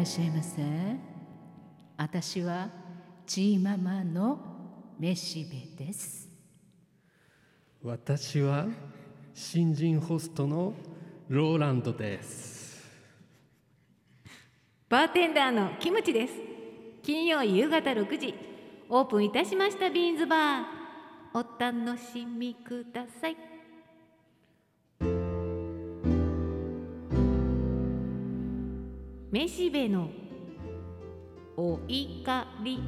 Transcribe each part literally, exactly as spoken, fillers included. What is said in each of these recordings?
っしゃいませ。私はチーママのめしべです。 私は新人ホストのローランドです。 バーテンダーのキムチです。金曜夕方ろくじオープンいたしましたビーンズバー、お楽しみください。めしべのお怒り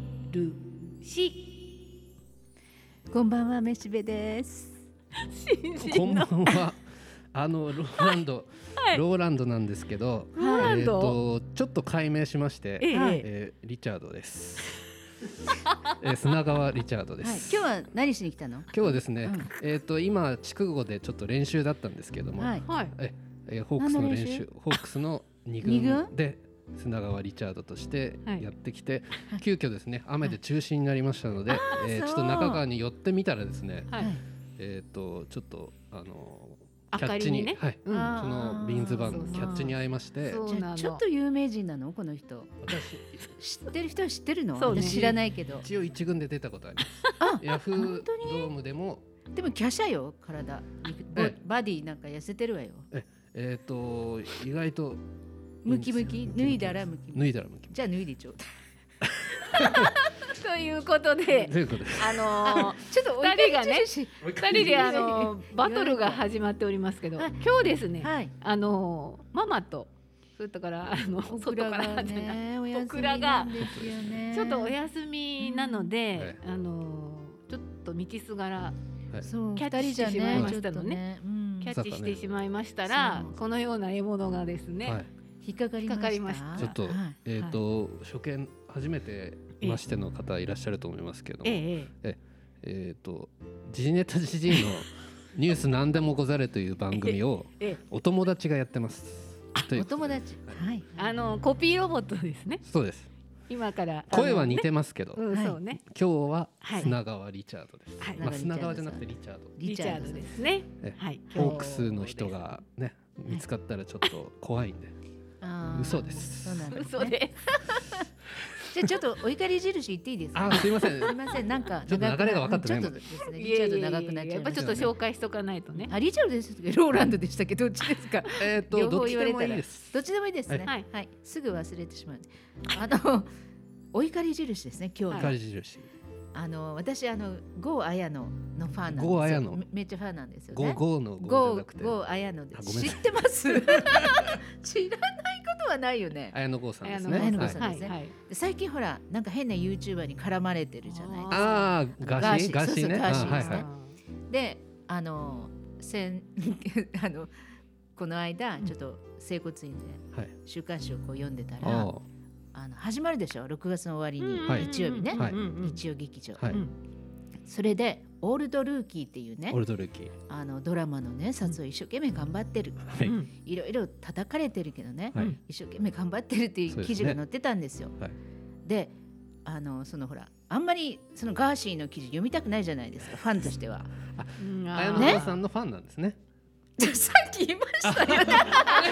印。 こんばんは、めしべです。 新人こんばのんは。あのローランド、 はい、 ローランドなんですけど、 ローランド、 えー、とちょっと改名しまして、 えええーリチャードです。えー砂川リチャードです。 はい、今日は何しに来たの？ 今日はですね、 うんえー、と今筑後でちょっと練習だったんですけども、 はい、 はい、 ええーホークスの練何の練習習、ホークスのに二軍軍で砂川リチャードとしてはいやってきて、 はい急遽ですね雨で中止になりましたので、えーそうちょっと中川に寄ってみたらですね、 はい、 えー、とちょっとあの明キャッチに、 かりにね、 はい、 うんあそのビーンズバンそうそうのキャッチに会いまして、 そうなの。 じゃあちょっと有名人なのこの人？ 私知ってる人は知ってるの？ そうね私知らないけど。 一応一軍で出たことあります。 あ、 ヤフー本当にドームでも、 でも華奢よ、体。ボええバディなんか痩せてるわよ。 えー、と意外とムキムキ、脱いだらムキムキ。 脱いだらムキムじゃあ脱いでちょうだい。 ということでキ。ということです。 あのーちょっとお二人がね印二人であのーバトルが始まっておりますけど、 はい今日ですね、 はい。 あのーママとそれとからあのオ外クラからがね、お休みオクラがなんですよね。 ちょっとお休みなので、 うんあのーちょっと道すがらそう、 キャッチ二人じゃしてしまいね、 ましたのねちょっとね、うんキャッチしてしまいましたら、 そうこのような獲物がですね、 はい、 引っかかりました。 引っかかりましたちょっと、 はいえーと初見初めてましての方いらっしゃると思いますけども、 ええええーと時事ネタ時事のニュース何でもござれという番組をえええお友達がやってます。というお友達。はい。 あのコピーロボットですね。 そうです。 今から声は似て、 てますけど、 うん、 はいそうね、 今日ははい砂川リチャードです。 はいまあ、砂川じゃなくてリチャード。 リチャードですね。 えはい、 ホークスの人がね見つかったらちょっと怖いんで。 あー嘘ですそうなんですね。 嘘でじゃあちょっとお怒り印言っていいですか？ あ、すいません。 すみません、なんかちょっと流れが分かってないちょもんっとですね、 す。 リチャード長くなっちゃいやっぱましたちょっと紹介しとかないとね。 あ、リチャードですけど、ローランドでしたっけど、どっちですか？ えーと両方どっちで言われたらもいいです。 どっちでもいいですね。 はいはい、すぐ忘れてしまう。あのお怒り印ですね、今日の。 怒り印。 あの私あの郷綾乃のファンなんですよ。 郷綾乃めめっちゃファンなんですよゴーね。 ゴーのゴーじゃ郷なくて、 郷綾乃であごめんなさい知ってます？知らないことはないよね。 綾野剛さんですあのね。 綾野剛はいさんですねはいはい。 で最近ほらなんか変な YouTuber に絡まれてるじゃないですか。 ああ、ガーシー、ガーシーね。 そうそうガーシーですねあはいはい。 で、あの先あのこの間ちょっと整骨院ではい。 週刊誌をこう読んでたら、 あーあの始まるでしょ。ろくがつの終わりに、 はい日曜日ね、 はい日曜劇場。 はい。 それでオールドルーキーっていうねオルドルキー。 あのドラマのね撮影一生懸命頑張ってる、 はい。 いろいろ叩かれてるけどね、 はい。 一生懸命頑張ってるっていう記事が載ってたんですよ。 はい。 であのそのほらあんまりそのガーシーの記事読みたくないじゃないですか、ファンとしては。 綾野ね剛さんのファンなんですね。 さっき言いましたよね。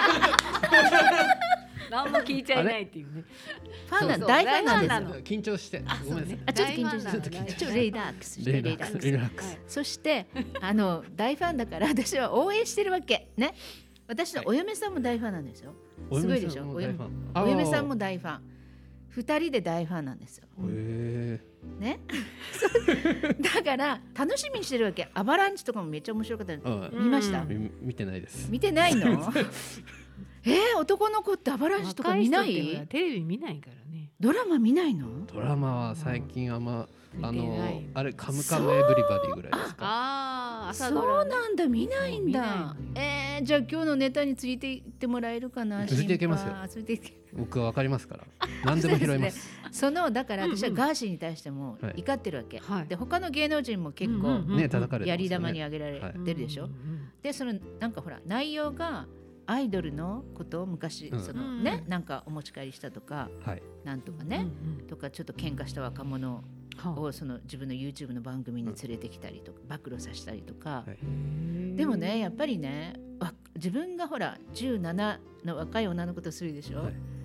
何も聞いちゃいないっていうね。 ファンなそうそう大ファンなんですよ大ファンな。の緊張して。ごめんなさい。 あちょっと緊張して大ファンなのちょっと緊張ちょっとレイラックスしてレイラックス。 レイラックスレイラックス。 そしてあの大ファンだから私は応援してるわけね。私のお嫁さんも大ファンなんですよ。すごいでしょ。お嫁お嫁さんも大ファン。二人で大ファンなんですよ。 へね。だから楽しみにしてるわけ。アバランチとかもめっちゃ面白かったの。 ー見ましたうんみ見てないです。 見てないの？えー、男の子ってアバランチとか見な若人ってほい？ らテレビ見ないからね。 ドラマ見ないの？ ドラマは最近あんまあ見てなのいあれカムカムエブリバディぐらいですか。 ああ、朝そドラね。 うなんだ、見ないん見だない。 えー、じゃあ今日のネタについていってもらえるかな？ ついていけますよ心配ついていけ僕はわかりますから。何でも拾います。 そのだから私はうんうんガーシーに対してもはい怒ってるわけ、 はいで他の芸能人も結構うんうんうんね叩かれてやますよね。 り玉に挙げられはいてるでしょ、 うんうんでそのなんかほら内容がアイドルのことを昔、 うんそのうんねなんかお持ち帰りしたとかはい。 なんとかうんね、 うんとかちょっと喧嘩した若者はあをその自分の YouTube の番組に連れてきたりとか、暴露させたりとか、 はいでもねやっぱりねわ自分がほらじゅうななの若い女の子とするでしょ、 はい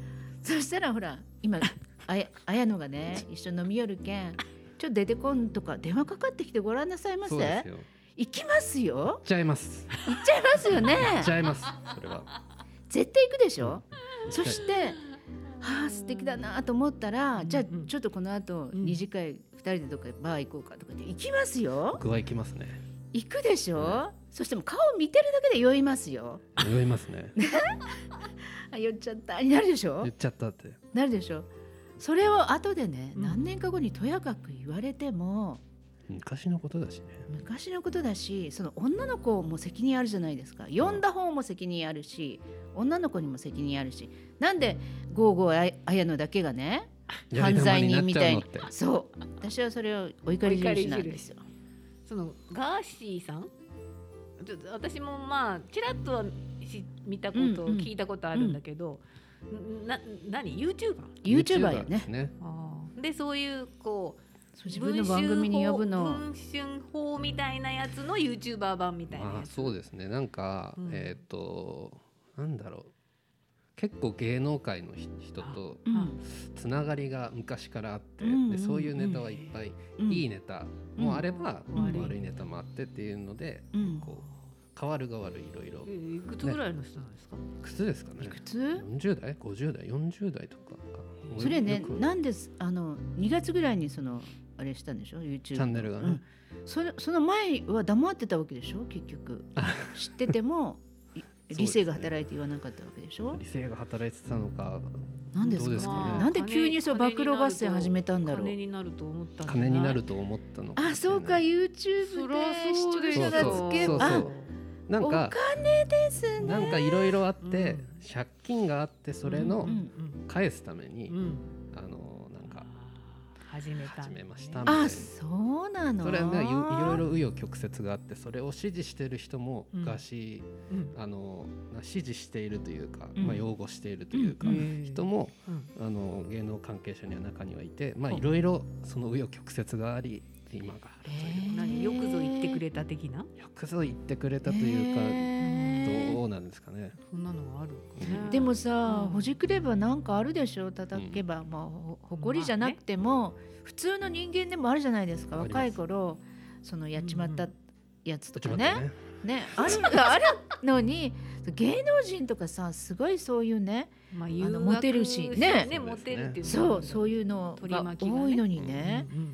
そしたらほら今あや綾乃がね一緒に飲み寄るけんちょっと出てこんとか電話かかってきてごらんなさいませ。 そうですよ。 行きますよ。 行っちゃいます。 行っちゃいますよね。 行っちゃいます。それは絶対行くでしょ。そしてはあ素敵だなと思ったら、じゃあちょっとこの後二次会ふたりでどっかバー行こうかとかって行きますよ。 僕は行きますね。 行くでしょ。そしても顔見てるだけで酔いますよ。 酔いますね。 あ酔っちゃったになるでしょ。 言っちゃったってなるでしょ。それを後でね、何年か後にとやかく言われても昔のことだしね。 昔のことだし、その女の子も責任あるじゃないですか。呼んだ方も責任あるし、女の子にも責任あるし、なんでゴーゴーあやのだけがね犯罪人みたいに。そう私はそれをお怒り印なんですよ。 そのガーシーさんちょっと私もまあちらっとは見たこと、うんうん、聞いたことあるんだけど、うん、な何 YouTuber? YouTuber やね。 ねあでそういうこうそう自分の番組に呼ぶの文春法みたいなやつの YouTuber 版みたいなやつ。 あそうですね。なんか、うん、えっ、ー、となんだろう結構芸能界の人とつながりが昔からあって、うん、でそういうネタはいっぱい、うん、いいネタもあれば、うん、悪いネタもあってっていうので、うん、こう変わる変わるいろいろ。 いくつぐらいの人なんですか？ ね、いくつですかね。 いくつ？ よんじゅう代、ごじゅう代、よんじゅう代とかか。 それね、なんであのにがつぐらいにそのあれしたんでしょ YouTube チャンネルがね、うん、 それその前は黙ってたわけでしょ結局知ってても理性が働いて言わなかったわけでしょ。 理性が働いてたのかなんですか、 どうですかね。 なんで急にそう暴露合戦始めたんだろう。 金になると思ったんじゃない。 金になると思ったのか。 あ、そうか YouTube で視聴者がつけばなんかお金ですね。 なんかいろいろあって、うん、借金があってそれの返すために、うんうん、あのなんか始めた、ね、 始めましたみたいな。 あ、そうなの。 それはねいろいろ紆余曲折があって、それを支持している人もガシ、うん、あの支持しているというか、うん、まあ擁護しているというか、うん、人も、うん、あの芸能関係者には中にはいて、まあいろいろその紆余曲折があり。今があるという。 何よくぞ言ってくれた的な。 よくぞ言ってくれたというか、どうなんですかね。 そんなのがある、 ね。でもさ、うん、ほじくればなんかあるでしょ。叩けば、うん、まあ誇りじゃなくても、まあね、普通の人間でもあるじゃないですか。若い頃そのやっちまったやつとかね。うん、ね、あるあるのに芸能人とかさすごいそういうね、まあ、あのモテるしね、 ねモテるっていうそうそういうのが多いのにね、うんうんうん、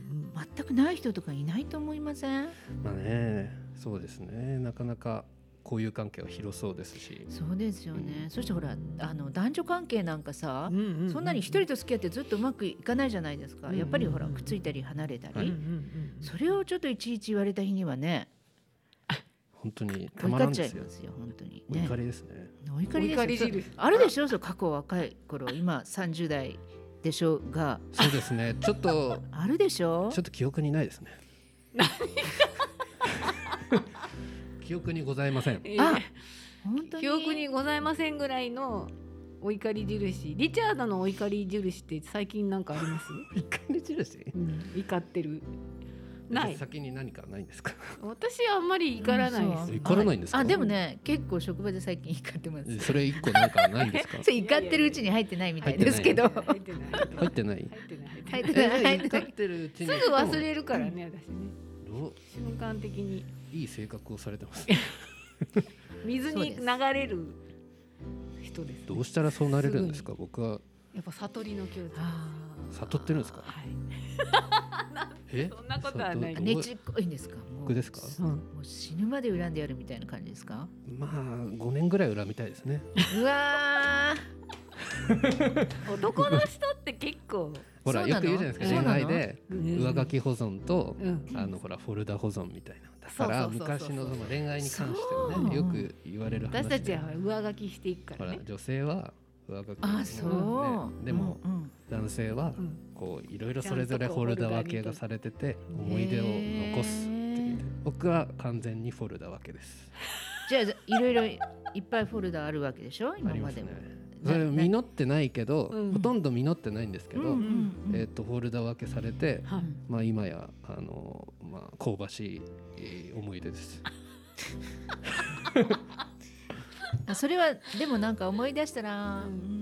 全くない人とかいないと思いません？ まあね、そうですね。なかなか交友関係は広そうですし。 そうですよね。うん、そしてほらあの男女関係なんかさ、うんうんうん、そんなに一人と付き合ってずっとうまくいかないじゃないですか。うんうんうん、やっぱりほらくっついたり離れたり、うんうんうん、それをちょっといちいち言われた日にはね。 本当にたまらんですよ。 本当にね。 お怒りですね。 お怒りですよ。あるでしょ。そう過去若い頃、今さんじゅう代でしょうが。 そうですね。ちょっとあるでしょ。 ちょっと記憶にないですね。記憶にございません。 あ、本当に記憶にございませんぐらいのお怒り印。リチャードのお怒り印って最近なんかあります？ 怒り印？ うん、怒ってる。ない。 先に何かないんですか？ 私はあんまり怒らないです。 怒らないんですか？ あ、でもね、結構職場で最近怒ってます。 それ一個なんかないんですか？ それ怒ってるうちに入ってないみたいですけど。 入ってない。 入ってない。 入ってない。入ってるうちに。すぐ忘れるからね、私ね。瞬間的に。 いい性格をされてます。 水に流れる人です。 どうしたらそうなれるんですか？僕は。 やっぱ悟りの境地。 悟ってるんですか？ はい。 えそんなことはない。 ねちっこいんですか？ 僕ですか？ もう死ぬまで恨んでやるみたいな感じですか？ まあごねんぐらい恨みたいですね。 うわー。男の人って結構ほらよく言うじゃないですか。恋愛で上書き保存とあのほらフォルダ保存みたいな。だから昔の恋愛に関してはねよく言われる話。 私たちは上書きしていくからね。 女性は上書き。 あ、そう。 でも男性はこういろいろそれぞれフォルダ分けがされてて思い出を残すっていう。僕は完全にフォルダ分けです。 じゃあいろいろいっぱいフォルダあるわけでしょ？今までも。 それ実ってないけど、ほとんど実ってないんですけど、えっとフォルダ分けされて、まあ今やあのまあ香ばしい思い出です。 それはでもなんか思い出したら、うん、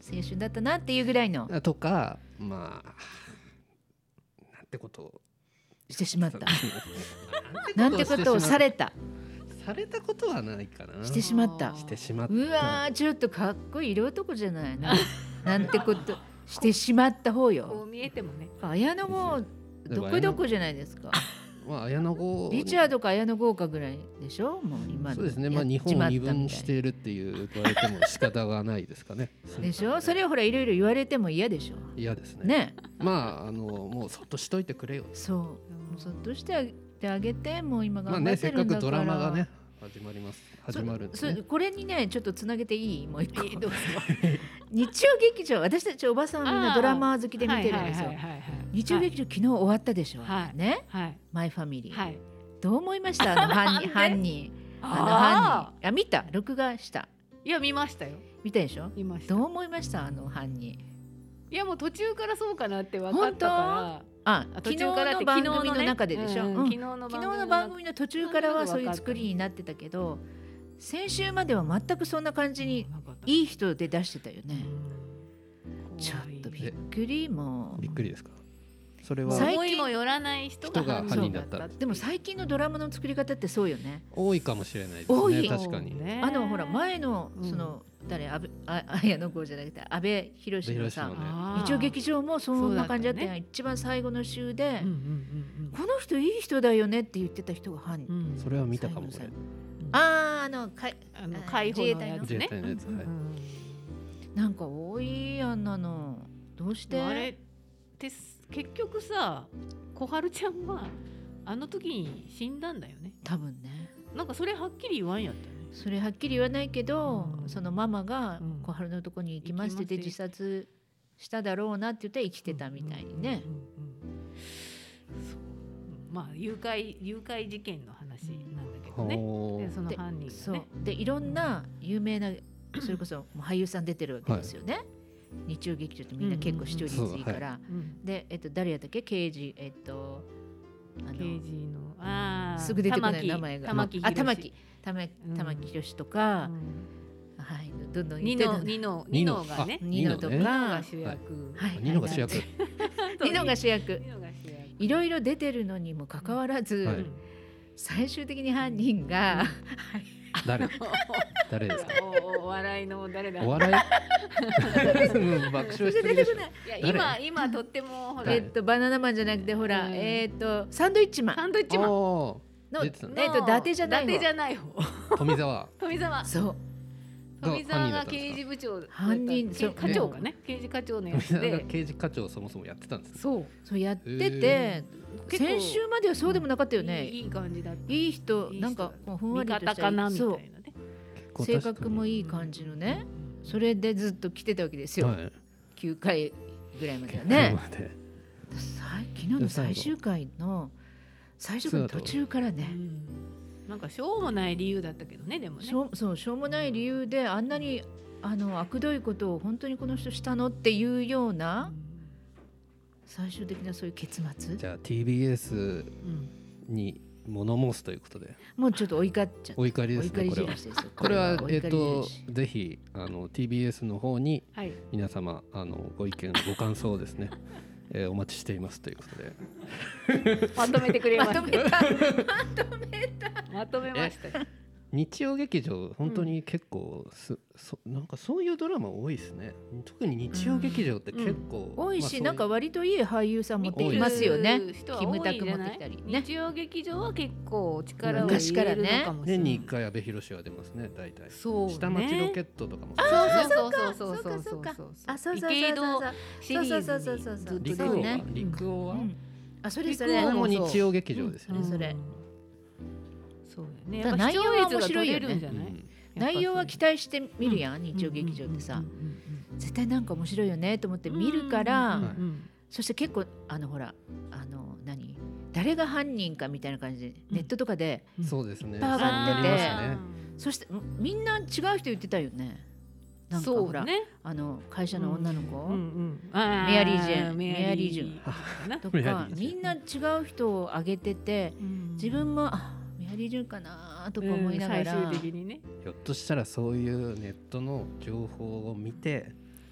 青春だったなっていうぐらいのとかまあなんてことをしてしまったなんてことをされたされたことはないかなしてしまったしてしまったうわーちょっとかっこいい色男じゃないななんてことしてしまった方こうよ見えてもね綾野剛どこどこじゃないですかまあ綾野剛リチャードか綾野剛かぐらいでしょもう今そうですねまあ日本を二分しているっていう言われても仕方がないですかねでしょそれをほらいろいろ言われても嫌でしょ嫌ですねねまああのもうそっとしといてくれよそうそっとしてあげてあげてもう今まあ頑張っねせっかてるんだからくドラマがね始まります始まるんでねそそこれにねちょっとつなげていいもう一個えどうぞ日曜劇場私たちおばさんはみんなドラマ好きで見てるんですよはいはいはいはい日曜劇場昨日終わったでしょ、 はいねはいマイファミリー、 はいどう思いましたあの犯人犯人あの犯人あ見た録画したいや見ましたよ見たでしょ見ましたどう思いましたあの犯人いやもう途中からそうかなって分かったからああ昨日途中からっての番組の中ででしょ、うん昨日の昨日の番組の途中からはそういう作りになってたけど先週までは全くそんな感じにいい人で出してたよねちょっとびっくりもうびっくりですかそれは最思いもよらない人が犯人だったでも最近のドラマの作り方ってそうよね多いかもしれないです多いね確かにあのほら前のうんその誰安倍あ綾野剛じゃなくて安倍博のさ安倍博のねあー日曜劇場もそんな感じだったやんそうだったね一番最後の週でうんうんうんこの人いい人だよねって言ってた人が犯人うんうんそれは見たかも最後俺のあーあのかいあの解放のやつ自衛ね隊のやつはいうんなんか多いあんなのどうしてあれって結局さ小春ちゃんはあの時に死んだんだよね多分ねなんかそれはっきり言わんやったよねそれはっきり言わないけど、 うんそのママがうん小春のとこに行きますって言って行きます自殺しただろうなって言って生きてたみたいにね、 うんうんうんうんそうまあ誘拐誘拐事件の話なんだけどねほーでその犯人そうがねでいろんな有名なそれこそもう俳優さん出てるわけですよね、日曜劇場ってみんな結構視聴率いいから、 うんで、えっと、誰やったっけ刑事えっとあの刑事のあーすぐ出てこない玉木名前が玉木あ玉宏木玉うん玉木宏とかう、んはいどんどん言ニってたノニノニノがねニノとかニノねニノが主役はいニノが主役ニノが主役ニノが主役いろいろ出てるのにもかかわらず、 はい最終的に犯人が、 誰誰ですかおお笑いの誰だお笑いうん爆笑してるでしょないいや誰今今とってもほらえっとバナナマンじゃなくてほら、 うんえっとサンドイッチマンサンドイッチマンおの出てたのえっと伊達じゃない方伊達じゃない方ー富澤富澤そう富澤が刑事部長だった犯人そう課長かね刑事課長のや富つで澤が刑事課長をそもそもやってたんですそうそうやってて、 へ結構先週まではそうでもなかったよね、 いいいい感じだったいい人いい人なんかもうふんわりとした味方かなみたいなそうね性格もいい感じのね、それでずっと来てたわけですよ、 はいきゅうかいぐらいまでは最ね後までさ昨日の最終回の最初から途中からねうんなんかしょうもない理由だったけどねでもねしょうそうしょうもない理由であんなにあの悪どいことを本当にこの人したのっていうような最終的なそういう結末じゃあ ティービーエスうんに物申すということでもうちょっと追いかっちゃったお怒りお怒りですねこれは印ですよこれはおえっと怒り印ぜひあの ティービーエス の方にはい皆様あのご意見ご感想をですねえーお待ちしていますということでまとめてくれましたまとめたまとめましたよ日曜劇場本当に結構す、そなんかそういうドラマ多いですね特に日曜劇場って結構、 多いし、 まあなんか割といい俳優さん持って多いきますよね見てる人はキムタ多いんじゃないク持ってきたりね日曜劇場は結構力を昔からね入れるのかもしれない年にいっかい阿部寛が出ますね大体そうね下町ロケットとかもそうそうそうそうそうそうかそうあそうそうそう池井戸そうシリーズにそうそうそうそうずっと出てる陸王は、 ね陸王は、 うんあそれそ陸王れこれも日曜劇場ですよね、 うんそれそうよねだからやっぱ視聴率が取れるんじゃないうん内容は期待して見るやん、日曜劇場ってさ、絶対なんか面白いよねと思って見るから、そして結構あのほらあの何誰が犯人かみたいな感じでネットとかで、 そうですねいっぱい上がっててそうなりましたねそしてんみんな違う人言ってたよねなんかほら、 そうねあの会社の女の子、 うんうんメアリージェンメメアリージェンンとメアリかージェンみんな違う人を挙げてて自分もあメアリージュンかなとか思いながら、 最終的にねひょっとしたらそういうネットの情報を見て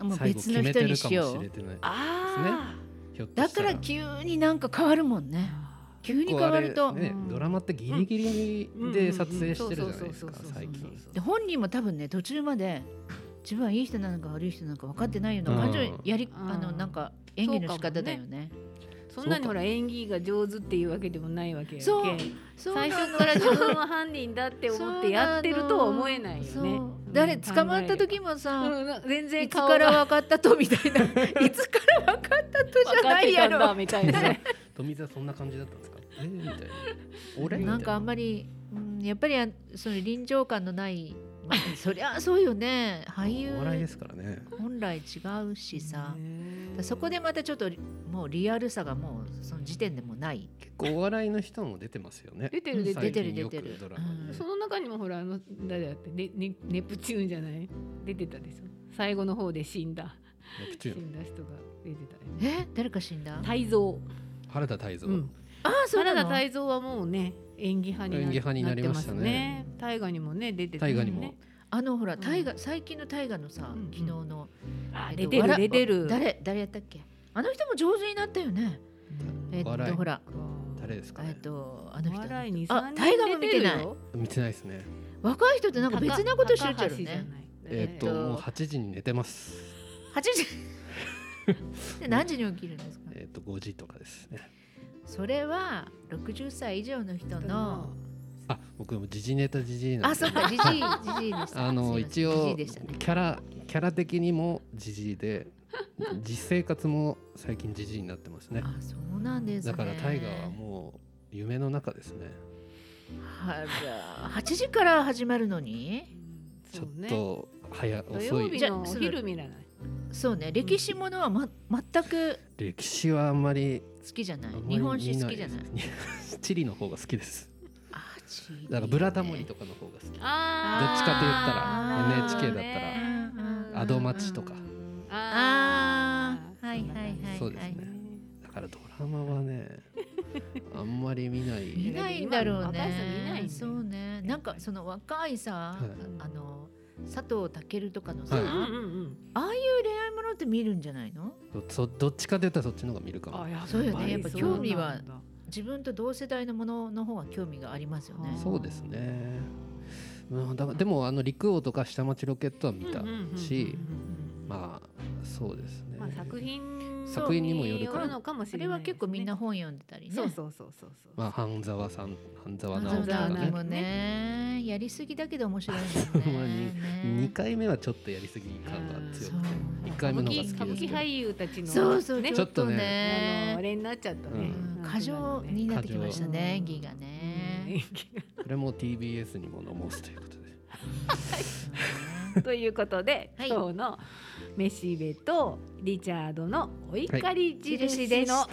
もう別の人にしよう。 あだから急になんか変わるもんね。急に変わると、 ね、ドラマってギリギリで撮影してるじゃないですか最近。 で本人も多分ね途中まで自分はいい人なのか悪い人なのか分かってないような感じのやり、あのなんか演技の仕方だよね。 そんなにほら演技が上手っていうわけでもないわけやけ。 そう最初から自分は犯人だって思ってやってるとは思えないよね。 誰捕まった時もさ、 うん、全然いつから分かったとみたいな、いつから分かったとじゃないやろみたいな。 富澤そんな感じだったんですか。えー、みたいな。俺なんかあんまり、うん、やっぱりその臨場感のない、まあ、そりゃそうよね。俳優お笑いですからね。 本来違うしさ、そこでまたちょっともうリアルさがもうその時点でもない。 結構お笑いの人も出てますよね。 出てる出てる出てる。 うん、その中にもほらあの誰だってネネネプチューンじゃない出てたでしょ。最後の方で死んだネプチューン死んだ人が出てたよね。 え誰か死んだ？ 泰造。 原田泰造。うん、 ああそうなの。 原田泰造はもうね演技派に な, 演技派になりましたね。 大河にもね出てた大河にも。 あのほら大河、うん、最近の大河のさ、うん、昨日の、 あ出てる出てる誰誰やったっけ？あの人も上手になったよね。えっとほら誰ですかね。 えっとあの人。 あ大河も見てない。 見てないですね。 若い人ってなんか別なことしてるじゃんね。 えっともうはちじに寝てます。 はちじで何時に起きるんですか？ えっとごじとかですね。 それはろくじゅっさい以上の人の。 あ、僕も時事ネタ時事なんで。 あ、そっか、時事時事でした。 あの一応キャラキャラ的にも時事で、実生活も最近時事になってますね。 あ、そうなんですね。 だから大河はもう夢の中ですね。 はら、はちじから始まるのに、 ちょっと早遅い。 土曜日のお昼見らない。 そうね、歴史ものはま全く歴史はあんまり好きじゃない。日本史好きじゃない。 地理の方が好きです。 ね、 だからブラタモリとかの方が好き。どっちかと言ったら エヌエイチケー だったらアドマチとか。 ああ、はいはいはい。 そうですね。だからドラマはね、あんまり見ない。 見ないんだろうね。そうね。なんかその若いさ、あの佐藤健とかのさ、ああいう恋愛ものって見るんじゃないの？ どっちかと言ったらそっちの方が見るかも。 そうよね。やっぱ興味は。自分と同世代のものの方が興味がありますよね。 そうですね。だでもあの陸王とか下町ロケットは見たし、まあそうですね。 まあ、作品作品にもよるかのかもしれない、ね。 それは結構みんな本読んでたりね。 そうそうそうそうそう。 まあ半沢さん、半沢直樹とかね。 もね、やりすぎだけど面白いですね。 にかいめはちょっとやりすぎ感が強くて、いっかいめの方が好きです。 歌舞伎俳優たちのそうそうちょっとね、 あれになっちゃったね。 過剰になってきましたね、演技がね。 これも ティービーエス にも飲もうということで。 ということで、今日のめしべとリチャードのお怒り印でした。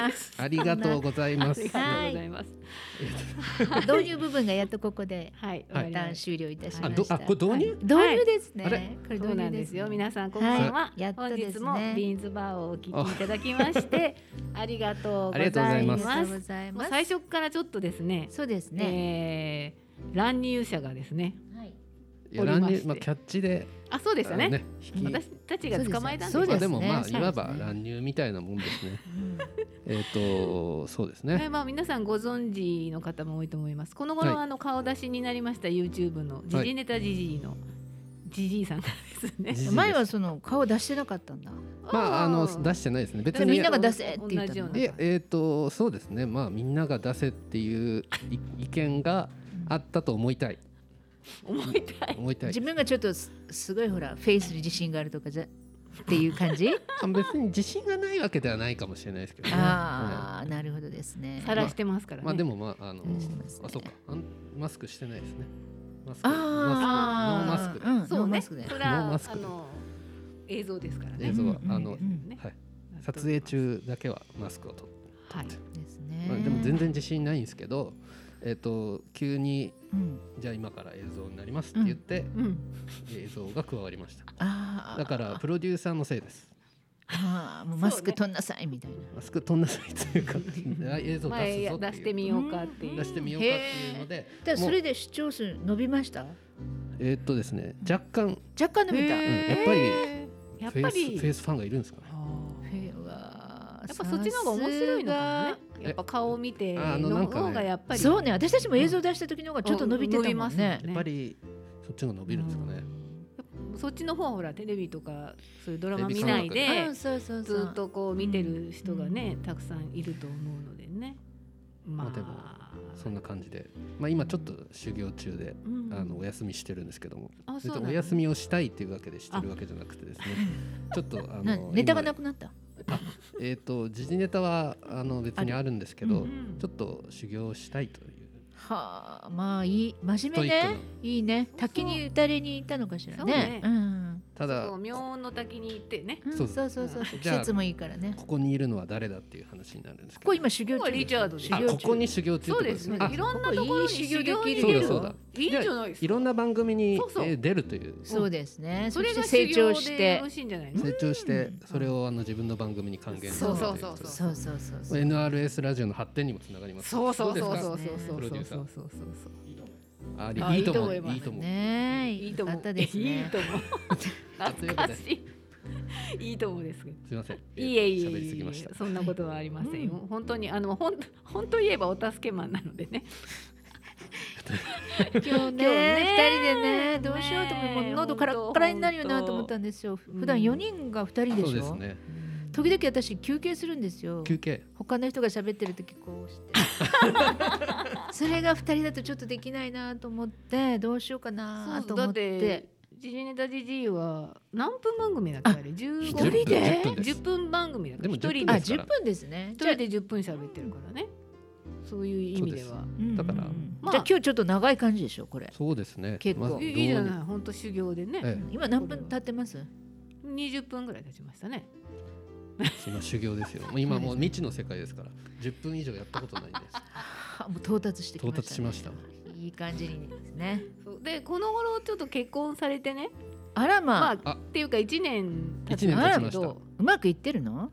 ありがとうございます。 ありがとうございます。 導入部分がやっとここで一旦終了いたしました。 あ、これ導入？ 導入ですね。 これ導入ですよ。皆さんこんばんは。本日もビーンズバーをお聞きいただきましてありがとうございます。最初からちょっとですね。 そうですね。 乱入者がですね。 乱入、まあキャッチで。 あ、そうですよね。私たちが捕まえたんです。 でもまあいわば乱入みたいなもんですね。えっとそうですね。 まあ皆さんご存知の方も多いと思います。この頃あの顔出しになりました YouTube の時事ネタジジイのジジイさんからですね。 前はその顔出してなかったんだ。 まああの出してないですね。別にみんなが出せって言ったの。 えっとそうですね。まあみんなが出せっていう意見があったと思いたい。 思いたい思いたい。 自分がちょっとすごいほらフェイスに自信があるとかじゃっていう感じ？ 別に自信がないわけではないかもしれないですけどね。 ああ、なるほどですね。 晒してますからね。 まあでもまああのあそうかマスクしてないですね。マスクああノーマスクで。 そうね。 それはあの映像ですからね。 映像はあのはい撮影中だけはマスクを取って。 はいですね。 まあでも全然自信ないんですけど。えー、と急に、うん、じゃあ今から映像になりますって言って、うんうん、映像が加わりました。あだからプロデューサーのせいです。 あもうマスク取んなさいみたいな、ね、 マスク取んなさいというか映像出すぞっていう、 出してみようかっていう出してみようかっていうので、 でそれで視聴数伸びました？ えー、っとですね若干若干伸びた、 うん、やっぱりやっぱりフェイスフェイスファンがいるんですかね。 フェはやっぱそっちの方が面白いのかもね。やっぱ顔を見ての方がやっぱりそうね、私たちも映像出した時の方がちょっと伸びてたもんね。 やっぱりそっちの方が伸びるんですかね。 そっちの方はほらテレビとかそういうドラマ見ないでずっとこう見てる人がねたくさんいると思うのでね。 まあでもそんな感じで、まあ今ちょっと修行中であのお休みしてるんですけども、お休みをしたいっていうわけでしてるわけじゃなくてですね、ちょっとあのネタがなくなった。 あ、えっと時事ネタはあの別にあるんですけど、ちょっと修行したいという。 はあ、まあいい真面目ね、いいね。滝に打たれに行ったのかしらね。うん。 ただ明の滝に行ってね。 そうそうそうそう。季節もいいからね。 ここにいるのは誰だっていう話になるんですけど。 ここ今修行中。 リチャード修行中。ここに修行中。 そうですね。いろんなところに修行できる。 そうだそうだ。 いいじゃないですか。 いろんな番組に出るという。 そうですね。 それが成長して成長してそれをあの自分の番組に還元する。 そうそうそうそうそうそう。 エヌアールエス ラジオの発展にもつながります。 そうそうそうそうそうプロデューサー。 そうそうそうそう。 あいいと思う。いいと思う。 ね、いいと思う。いいと思う。懐かしい。いいと思うですけど。 すみません。 いえいえ。 喋りすぎました。 そんなことはありませんよ。本当にあの本本当言えばお助けマンなのでね。 今日ね、二人でね、どうしようと思って喉カラッカラになるよなと思ったんですよ。普段四人が二人でしょ。 そうですね。 時々私休憩するんですよ。 休憩。 他の人が喋ってる時こうして。それが二人だとちょっとできないなと思ってどうしようかなと思って。 時事ネタジジイは何分番組だっけあれ？じゅうご一人でじゅっぷん番組だから。 一人であ、十分ですね。 一人で十分喋ってるからね。そういう意味では。 だからじゃあ今日ちょっと長い感じでしょこれ。 そうですね。 結構いいじゃない。本当修行でね。 今何分経ってます？ 二十分ぐらい経ちましたね。 今修行ですよ。今もう未知の世界ですからじゅっぷん以上やったことないんです。 もう到達してきました、ね。 到達しました。 いい感じにですね。 でこの頃ちょっと結婚されてね。 あらまあ。 まあ、っていうか一年経ちました。 うまくいってるの？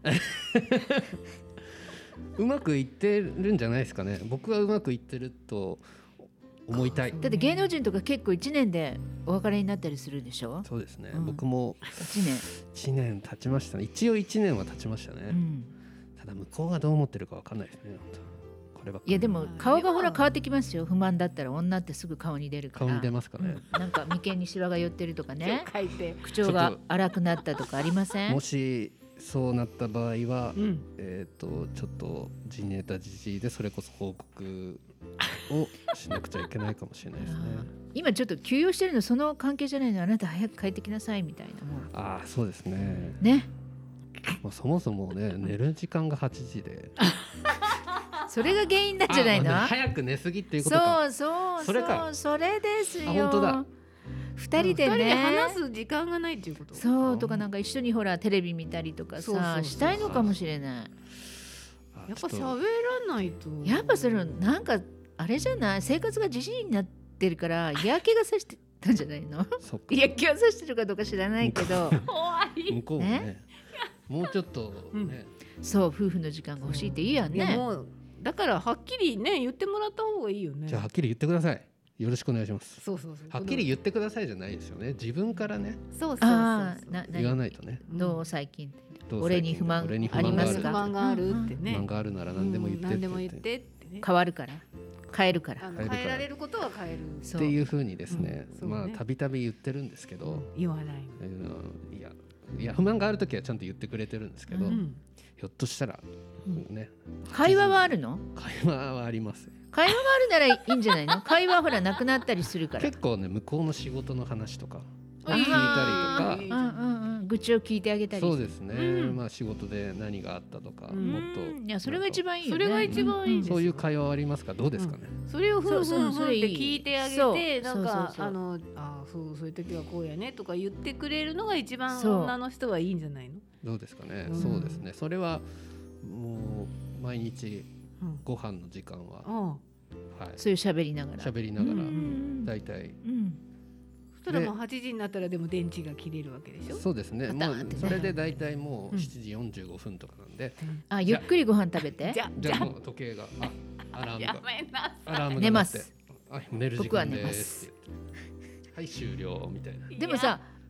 うまくいってるんじゃないですかね。僕はうまくいってると思いたい。 だって芸能人とか結構いちねんでお別れになったりするでしょ。 そうですね、うん、僕もいちねんいちねん経ちましたね。一応いちねんは経ちましたね、うん、ただ向こうがどう思ってるか分かんないですね。こればっかり。 いやでも顔がほら変わってきますよ。不満だったら女ってすぐ顔に出るから。 顔に出ますかね、 うん、なんか眉間にシワが寄ってるとかね口調が荒くなったとかありません？ もしそうなった場合は、うん、えっ、ー、とちょっとジネタジジでそれこそ報告をしなくちゃいけないかもしれないですね。 今ちょっと休養してるのその関係じゃないの。あなた早く帰ってきなさいみたいなもん。 ああそうですね。 ね。 まあ、そもそもね寝る時間がはちじでそれが原因なんじゃないの？ 早く寝すぎっていうことか。 そうそうそれか。 それですよ。 あ本当だ。 二人でね話す時間がないっていうこと。 そうとかなんか一緒にほらテレビ見たりとかさしたいのかもしれない。 やっぱ喋らないと。 やっぱそれなんかあれじゃない。生活が自信になってるから嫌気がさしてたんじゃないの？嫌気がさしてるかどうか知らないけど。 怖い。 向こうもね。もうちょっとね。 そう夫婦の時間が欲しいっていいやんね。 もうだからはっきりね言ってもらった方がいいよね。 じゃあはっきり言ってください。よろしくお願いします。 そうそうそう。 はっきり言ってくださいじゃないですよね。自分からね。 そうそうそう。な言わないとね。 どう最近。俺に不満ありますか？ 不満があるってね。 不満があるなら何でも言って。 何でも言ってってね。 変わるから。変えるから。 変えられることは変える。 っていう風にですね。まあたびたび言ってるんですけど。 言わない。 いやいや不満があるときはちゃんと言ってくれてるんですけど。ひょっとしたらね。 会話はあるの？ 会話はあります。 会話があるならいいんじゃないの？会話はほらなくなったりするから。 結構ね向こうの仕事の話とか聞いたりとか、 うんうんうん、愚痴を聞いてあげたり。 そうですね、うん、まあ仕事で何があったとか、うん、もっといやそれが一番いいよね。 それが一番いいです。 そういう会話はありますか？どうですかね、 うん、それをふんふんふんって聞いてあげて、なんかあのあそうそういう時はこうやねとか言ってくれるのが一番女の人はいいんじゃないの？ どうですかね、うん、そうですね。それはもう毎日ご飯の時間は、うんはい、そういう喋りながら喋りながらだいたい。 そしたらもうはちじになったらでも電池が切れるわけでしょ。 そうですね。もうそれでだいたいもうしちじよんじゅうごふんとかなんで、 うん、あゆっくりご飯食べて。 じゃじゃあもう時計があアラームがやめなさい。 アラームが寝ます。 あ寝る時間です。はい終了みたいな。 でもさ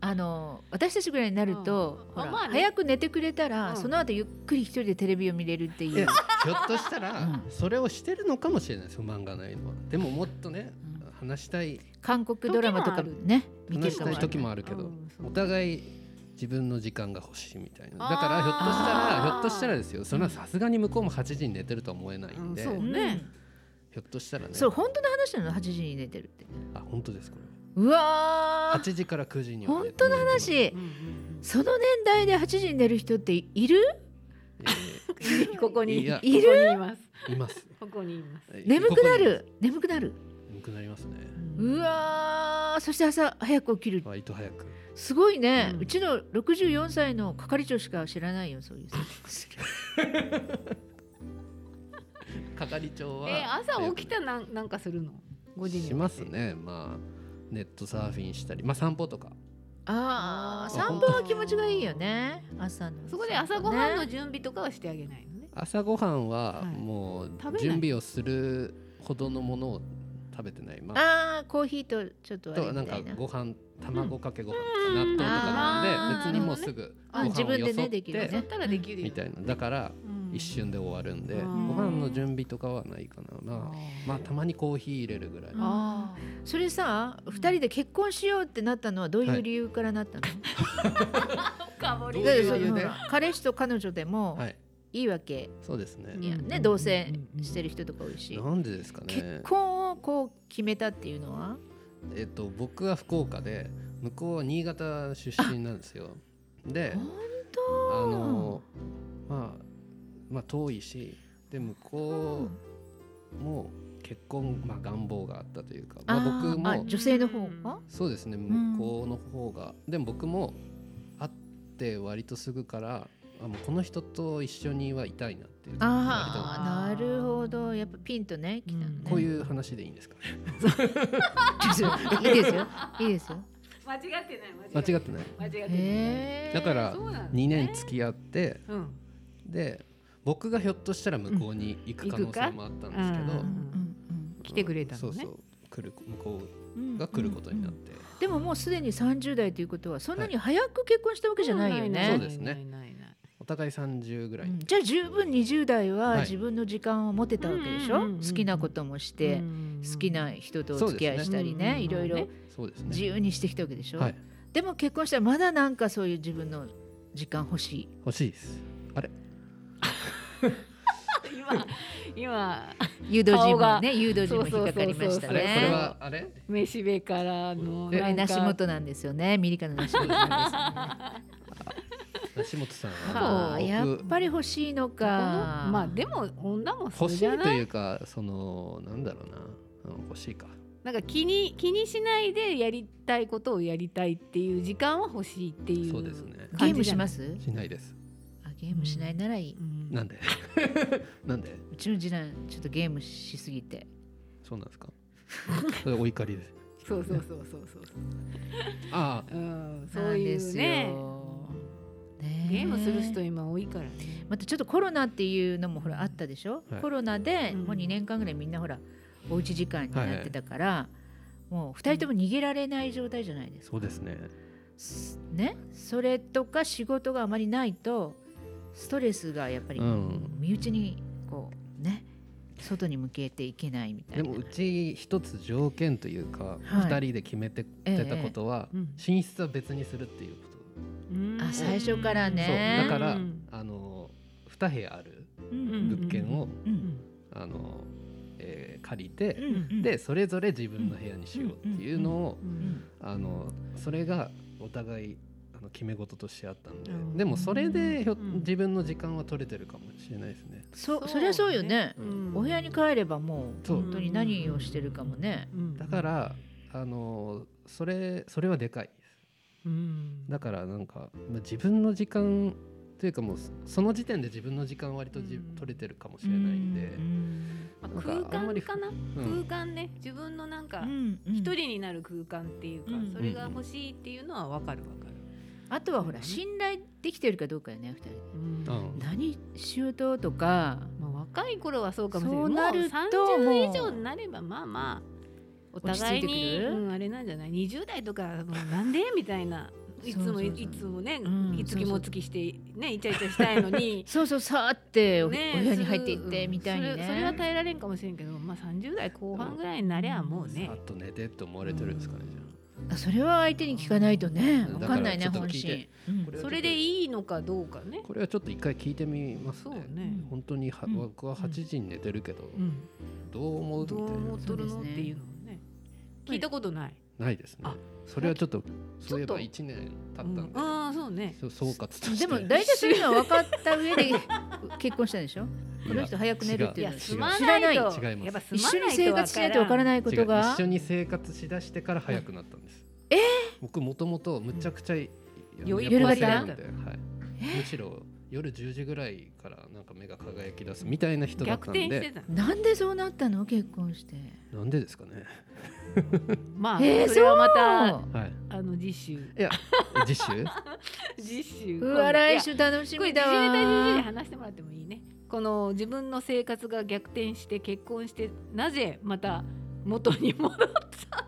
あの私たちぐらいになると、 うんほらまあね早く寝てくれたら、 うんその後ゆっくり一人でテレビを見れるっていういやひょっとしたらうんそれをしてるのかもしれないです、不満がないのは。でももっとね、 うん話したい韓国ドラマとかね見て話したいるかもしれない時もあるけど、 うんそうお互い自分の時間が欲しいみたいな。だからあーひょっとしたらあーひょっとしたらですよ、そんなさすがに向こうもはちじに寝てるとは思えないんで、 うんそううんねひょっとしたらね。 そう本当の話なの、はちじに寝てるって。 あ、本当ですこれ。 うわーはちじからくじには寝て本当の話、 うんうんその年代ではちじに寝る人っている？ えうんここにいやここにいますーいます。 ここにいます眠くなる眠くなる。 眠くなりますね。 うわー、そして朝早く起きる。 割と早く。 すごいね、 ううんちのろくじゅうよんさいの係長しか知らないよ、そういう係長はえ朝起きたらなんなんかするのごじに起きてしますね。まあネットサーフィンしたり、まあ散歩とか。 あーあー散歩は気持ちがいいよね、朝のそこで朝ごはんのね準備とかはしてあげないのね朝ごはんははいもう食べない準備をするほどのものを食べてない。まああーコーヒーとちょっとあれとなんかみたいなご飯卵かけご飯とか納豆とかなんで、 あー別にもうすぐごあ飯を自分でねよそっできるねてそったらできるよみたいな。だからうん一瞬で終わるんで、 うんご飯の準備とかはないかな。まあまあたまにコーヒー入れるぐらい。 あそれさ、二人で結婚しようってなったのはどういう理由からなったの？ あかぼりどういうだってその理由でほら彼氏と彼女でもはい、 いいわけ、 そうですね。 いやね、 うん同棲してる人とか多いし、 なんでですかね。 結婚をこう決めたっていうのは？ えっと僕は福岡で向こうは新潟出身なんですよ。で、 本あ当のまあまあ遠いし、で向こうも結婚、まあ、願望があったというか、まあ、僕あーあも女性の方が、 そうですね、向こうの方が、でも僕も会って割とすぐからあもうこの人と一緒にはいたいなっていうああなるほど、やっぱピンとね来たのね、 こういう話でいいんですかね。 いいですよいいですよ。 間違ってない間違ってない。 間違ってないへーだからそうなんだねにねん付き合って、 うんで僕がひょっとしたら向こうに行く可能性もあったんですけど、 うんうんうん来てくれたのねそうそう来る向こうんうが来ることになって、 でももうすでにさんじゅう代ということはそんなに早く結婚したわけじゃないよね、 そうですねないないないないお互いさんじゅうぐらい、 うんじゃあ十分にじゅう代ははい自分の時間を持てたわけでしょ、 うんうんうんうん好きなこともして、 うん好きな人とお付き合いしたりね、 そうですねいろいろそうですね。 自由にしてきたわけでしょ、 はい、 でも結婚したらまだなんかそういう自分の時間欲しい。 欲しいです。あれ今今誘導尋顔が問ね、誘導尋問引っかかりましたあれこれね。 はあれ飯べからのこれなんか梨本なんですよね、ミリカの梨本なん梨本さんですよね。 ははあ、やっ僕ぱり欲しいのこか。 のまあでも女もそう欲しいとじゃないいうか、そのなんだろうな、うん欲しいか。 なんか気に気にしないでやりたいことをやりたいっていう時間は欲しいっていうそうですね。 ゲームしますす？ しないです。 あ、ゲームしないならいい。 うんなんでなんでうちの次男ちょっとゲームしすぎて。 そうなんですか。それお怒りです。 そうそうそうそうそうああうんそうなんいうですよねねゲームする人今多いからねまたちょっとコロナっていうのもほらあったでしょ、 はいコロナでうんもうにねんかんぐらいみんなほらおうち時間になってたから、もうふたりとも逃げられない状態じゃないですか、 そうですね。 ね、それとか仕事があまりないとストレスがやっぱりうん身内にこうね外に向けていけないみたいな。 でもうち一つ条件というか、 はい二人で決めてええてたことは、 うん寝室は別にするっていうこと。 うんあ最初からそうねだから、 うんあの二部屋あるうん物件を、 うんあの、えー借りて、 うんうんでそれぞれ自分の部屋にしようっていうのを、 うんあのそれがお互いあの決め事としてあったんで、 うんでもそれでひょ、 うん自分の時間は取れてるかもしれないですね。 そそりゃそうよね、 うんお部屋に帰ればもうそう本当に何をしてるかもね、 うんだからあのそれそれはでかいです。 うんだからなんか、まあ、自分の時間というかもうそその時点で自分の時間割とじ、 うん取れてるかもしれないんで、 うんまあなん空かあんまり間かなうん空間ね自分のなんかうんうん一人になる空間っていうかうんそれが欲しいっていうのはわかるわかるあとはほら信頼できてるかどうかよね、ふたりうんうん何しようととかまあ若い頃はそうかもしれないそうなるともうさんじゅう以上になればまあまあお互い落ち着いてにくるうん、あれなんじゃないにじゅう代とかもうなんでみたいないつもそうそうそういつもね、 うん、 いつきもつきしてねイチャイチャしたいのにそうそうさーってお,、 ねお部屋に入っていってみたいにね、 それ、それは耐えられんかもしれんけど、まあ、さんじゅう代後半ぐらいになりゃもうね、 さっと寝てって思われてるんですかね、じゃあそれは相手に聞かないとね、 うん分かんないねだから本ちょっと聞いて心、うんこれそれでいいのかどうかね。 これはちょっと一回聞いてみますそうね。 ね、 本当には、 うん僕ははちじに寝てるけど、 うん、 どう思うみたいなどう思っとるの、 そうですねっていうのをね聞いたことない。 ないですねあ。 それはちょっとそういえばちょっといちねん経ったうんで、 ん、ああそうね。 そう総括として。 でも大体そういうのは分かった上で結婚したでしょ。 いやこの人早く寝るっていいうのはや住ま知らないい。 なと違いますやっぱ一緒に住まない生活しないと分からい。 ないこ違うとが一緒に生活しだしてから早くなったんです。 えー僕もともとむちゃくちゃ余裕があったなんで、はい、むしろ夜じゅうじぐらいからなんか目が輝き出すみたいな人だった逆んで。 転してた。 なんでそうなったの結婚して。 なんでですかね。 まあ、 えー、 それはまたはい。 あの次週いや次週次週うわ来週楽しこれみだ自由体自由でわ。 話してもらってもいいね。この自分の生活が逆転して結婚してなぜまた元に戻った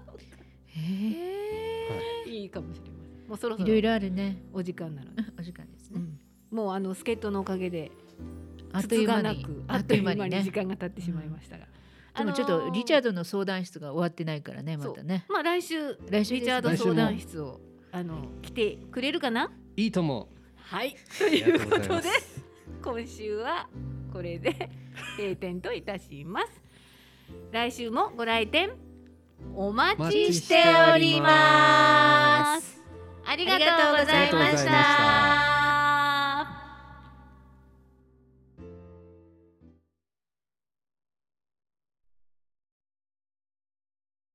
へいいかもしれません。もうそろえ。いろいそろろあるね。 お時間なので、 お時間ですね。 うんもうあの助っ人のおかげであっという間につつがなくあっという間に時ね。 間が経ってしまいましたが、 でもちょっとリチャードドの相談室が終わってないからねまたね。 まあ来週来週ですねリチャード相談室をあの来てくれるかな。 いいとも。 はいとありいうこがとうございまとです今週はこれで閉店といたします。来週もご来店お待ちしております。ありがとうございましありがとうございましたた。